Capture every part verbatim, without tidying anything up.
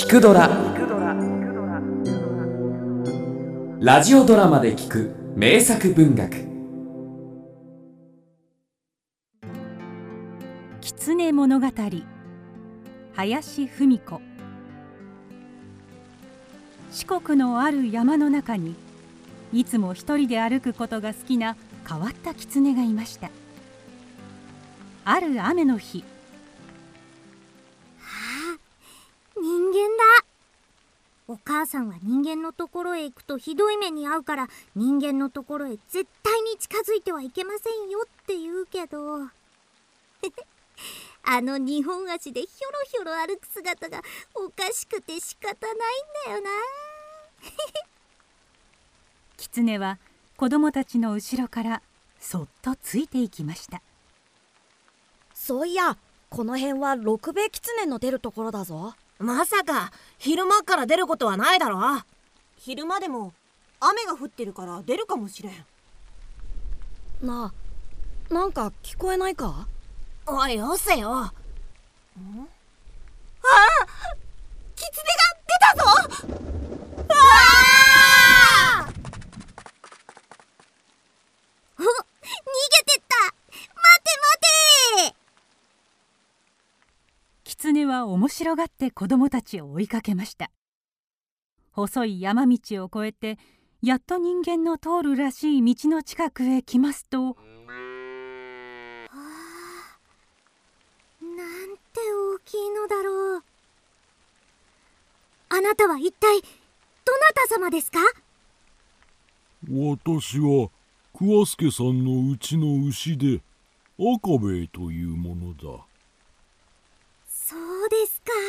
聞くドラ、ラジオドラマで聞く名作文学。 狐物語、林芙美子。四国のある山の中に、いつも一人で歩くことが好きな変わった狐がいました。ある雨の日、 はあ、人間だ。お母さんは人間のところへ行くとひどい目に遭うから、人間のところへ絶対に近づいてはいけませんよって言うけどあの二本足でひょろひょろ歩く姿がおかしくて仕方ないんだよな狐は子供たちの後ろからそっとついていきました。 そういや、この辺は六兵衛狐の出るところだぞ。 まさか昼間から出ることはないだろう。昼間でも雨が降ってるから出るかもしれん。 なあ、なんか聞こえないか？ おい、よせよ。ん？ああ、狐が出たぞ。ああ！ お、逃げてった。待て待て。 狐は面白がって子供たちを追いかけました。細い山道を越えて、やっと人間の通るらしい道の近くへ来ますと、 なんて大きいのだろう。あなたは一体どなた様ですか？ 私は桑助さんのうちの牛で赤兵衛というものだ。 そうですか。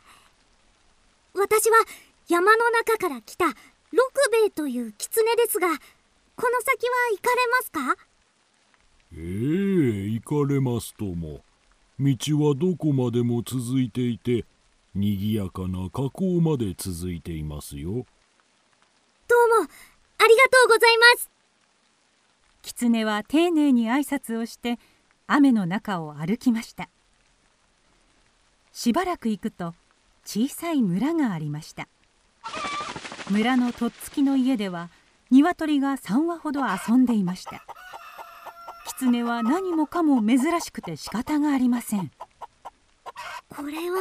私は山の中から来た六兵衛という狐ですが、この先は行かれますか？ ええ、行かれますとも。道はどこまでも続いていて、にぎやかな河口まで続いていますよ。どうもありがとうございます。 狐は丁寧に挨拶をして雨の中を歩きました。しばらく行くと小さい村がありました。村のとっつきの家では鶏がさん羽ほど遊んでいました。狐は何もかも珍しくて仕方がありません。 これはなんというもの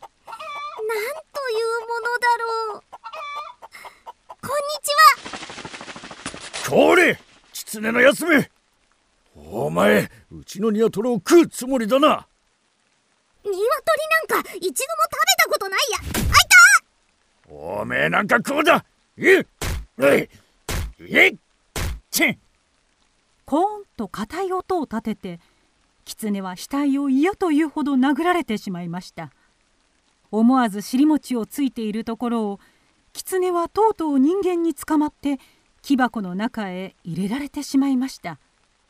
だろう。こんにちは。 これ、狐のやつめ。お前、うちの鶏を食うつもりだな。 鶏なんか一度も食べたことないや。あいた！ おめえなんかこうだ。えっえいえいちん。 コーンと硬い音を立てて、狐は死体を嫌というほど殴られてしまいました。思わず尻餅をついているところを、狐はとうとう人間に捕まって木箱の中へ入れられてしまいました。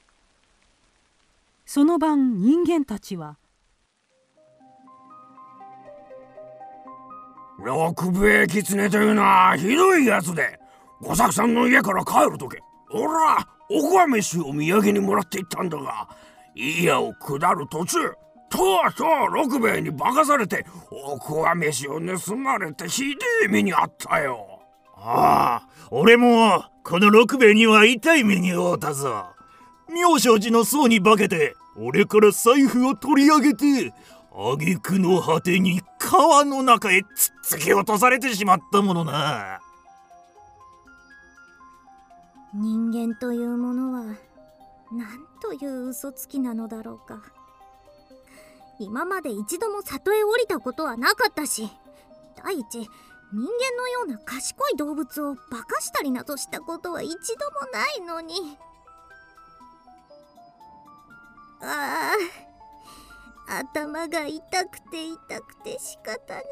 その晩、人間たちは、 六兵衛狐というのはひどいやつで、吾作さんの家から帰るとき、おらおこわ飯を土産にもらっていったんだが、家を下る途中、とうとう六兵衛に化かされておこわ飯を盗まれてひでえ目にあったよ。 ああ、俺もこの六兵衛には痛い目に遭うたぞ。妙正寺の僧に化けて俺から財布を取り上げて、挙句の果てに川の中へつっつき落とされてしまったものな。 人間というものはなんという嘘つきなのだろうか。今まで一度も里へ降りたことはなかったし、第一、人間のような賢い動物を化かしたりなどしたことは一度もないのに。ああ、頭が痛くて痛くて仕方ない。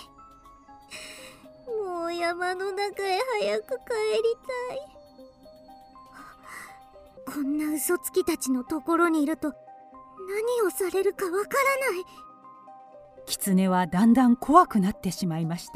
もう山の中へ早く帰りたい。こんな嘘つきたちのところにいると何をされるかわからない。 狐はだんだん怖くなってしまいました。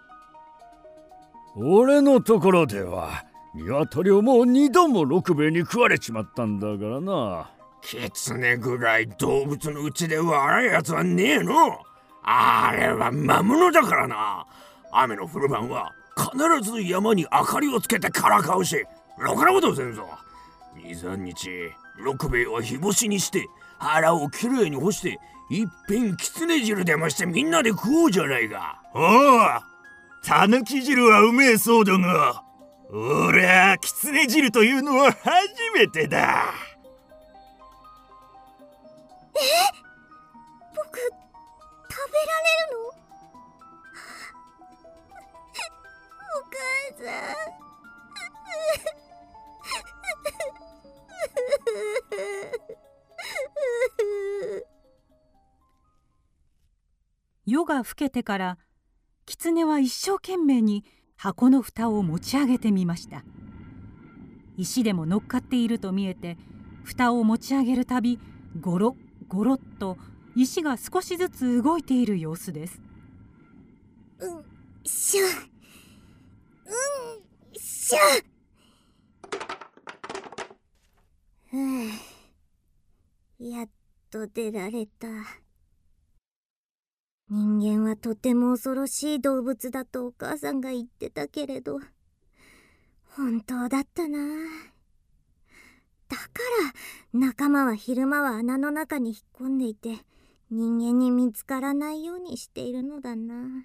俺のところでは鶏をもう二度も六兵衛に食われちまったんだからな。狐ぐらい動物のうちで悪いやつはねえの。 あれは魔物だからな。雨の降る晩は必ず山に明かりをつけてからかうし、ろくなことせんぞ。にさんにち六兵衛は日干しにして腹をきれいに干して、いっぺん狐汁でもしてみんなで食おうじゃないか。 おお、たぬき汁はうめえそうだが、俺は狐汁というのは初めてだ。 え、僕食べられるの？お母さん夜が更けてから狐は一生懸命に箱の蓋を持ち上げてみました。石でも乗っかっていると見えて、蓋を持ち上げるたびゴロッゴロッと石が少しずつ動いている様子です。 うんしょうんしょ。ふう、やっと出られた。人間はとても恐ろしい動物だとお母さんが言ってたけれど、本当だったな。だから仲間は昼間は穴の中に引っ込んでいて、人間に見つからないようにしているのだな。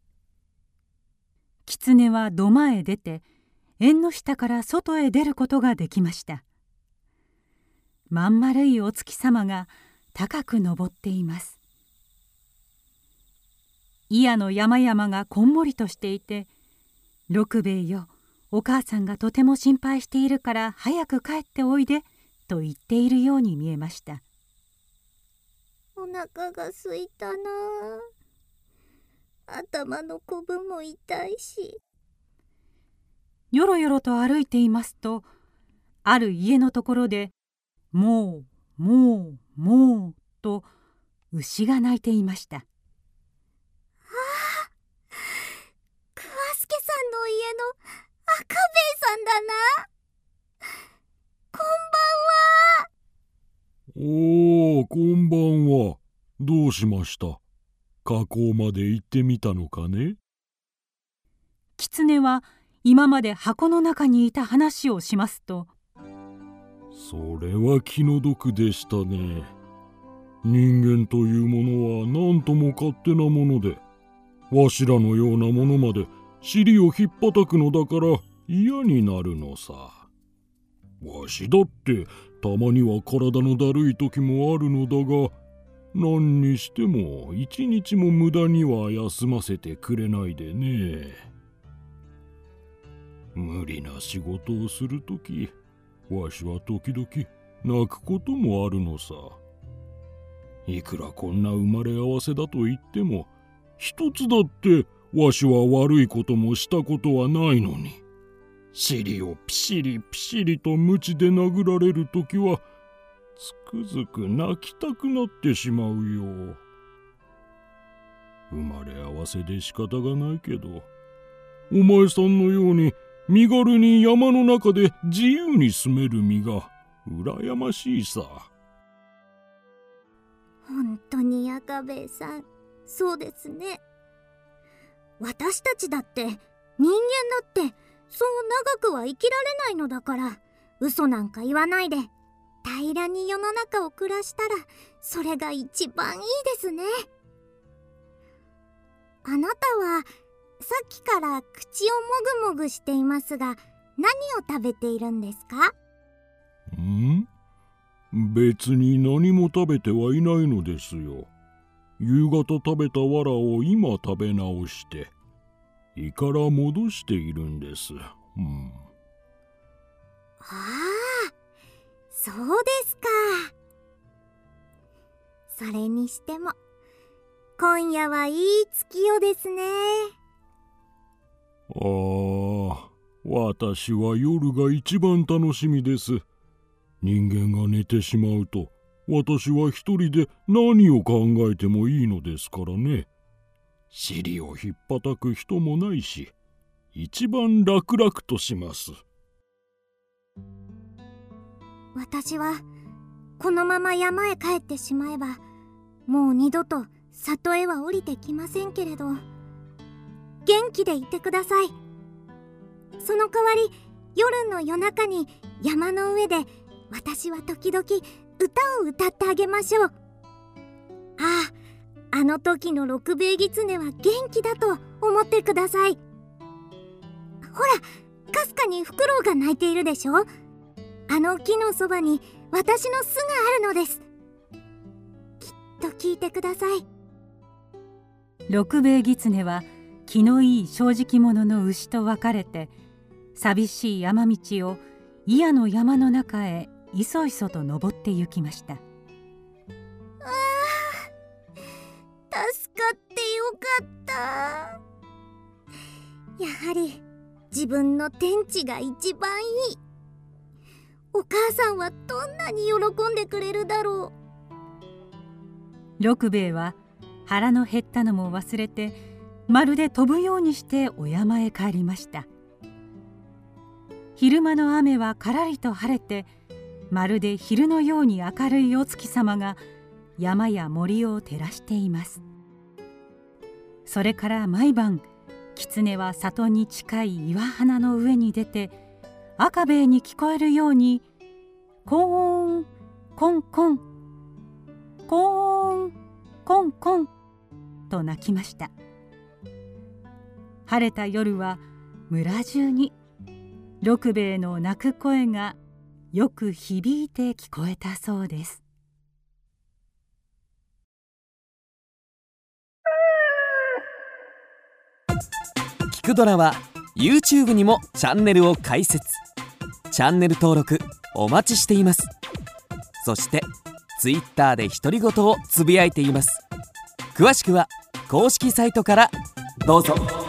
狐は土間へ出て、縁の下から外へ出ることができました。まん丸いお月様が高く昇っています。祖谷の山々がこんもりとしていて、六兵衛よ、お母さんがとても心配しているから早く帰っておいでと言っているように見えました。 お腹が空いたな。頭のこぶも痛いし。 よろよろと歩いていますと、ある家のところでもうもうもうと牛が鳴いていました。 桑助さんの家の赤兵衛さんだな。こんばんは。 おお、こんばんは。どうしました？河口まで行ってみたのかね？ 狐は今まで箱の中にいた話をしますと、 それは気の毒でしたね。人間というものはなんとも勝手なもので、わしらのようなものまで尻を引っ叩くのだから嫌になるのさ。わしだってたまには体のだるい時もあるのだが、何にしても一日も無駄には休ませてくれないでね。無理な仕事をするとき、わしは時々泣くこともあるのさ。いくらこんな生まれ合わせだと言っても、一つだってわしは悪いこともしたことはないのに、尻をピシリピシリと鞭で殴られるときはつくづく泣きたくなってしまうよ。生まれ合わせで仕方がないけど、お前さんのように身軽に山の中で自由に住める身が羨ましいさ。 本当に赤兵衛さん、そうですね。私たちだって人間だってそう長くは生きられないのだから、嘘なんか言わないで平らに世の中を暮らしたら、それが一番いいですね。あなたはさっきから口をもぐもぐしていますが、何を食べているんですか？ ん？別に何も食べてはいないのですよ。夕方食べた藁を今食べ直して胃から戻しているんです。うん。 ああ、そうですか。それにしても今夜はいい月夜ですね。 ああ、私は夜が一番楽しみです。人間が寝てしまうと、私は一人で何を考えてもいいのですからね。尻を引っ叩く人もないし、一番楽々とします。 私はこのまま山へ帰ってしまえば、もう二度と里へは降りてきませんけれど、元気でいてください。その代わり夜の夜中に山の上で私は時々歌を歌ってあげましょう。ああ、あの時の六兵衛狐は元気だと思ってください。ほら、かすかにフクロウが鳴いているでしょ。あの木のそばに私の巣があるのです。きっと聞いてください。 六兵衛狐は気のいい正直者の牛と別れて、寂しい山道を祖谷の山の中へいそいそと登って行きました。 ああ、助かってよかった。やはり自分の天地が一番いい。お母さんはどんなに喜んでくれるだろう。六兵衛は腹の減ったのも忘れて、まるで飛ぶようにしてお山へ帰りました。昼間の雨はからりと晴れて、まるで昼のように明るいお月様が山や森を照らしています。それから毎晩、狐は里に近い岩鼻の上に出て、赤兵衛に聞こえるようにコーンコンコンコーンコンコンと鳴きました。晴れた夜は村中に六兵衛の鳴く声がよく響いて聞こえたそうです。 聞くドラは YouTube にもチャンネルを開設。チャンネル登録お待ちしています。そして Twitter で独り言をつぶやいています。詳しくは公式サイトからどうぞ。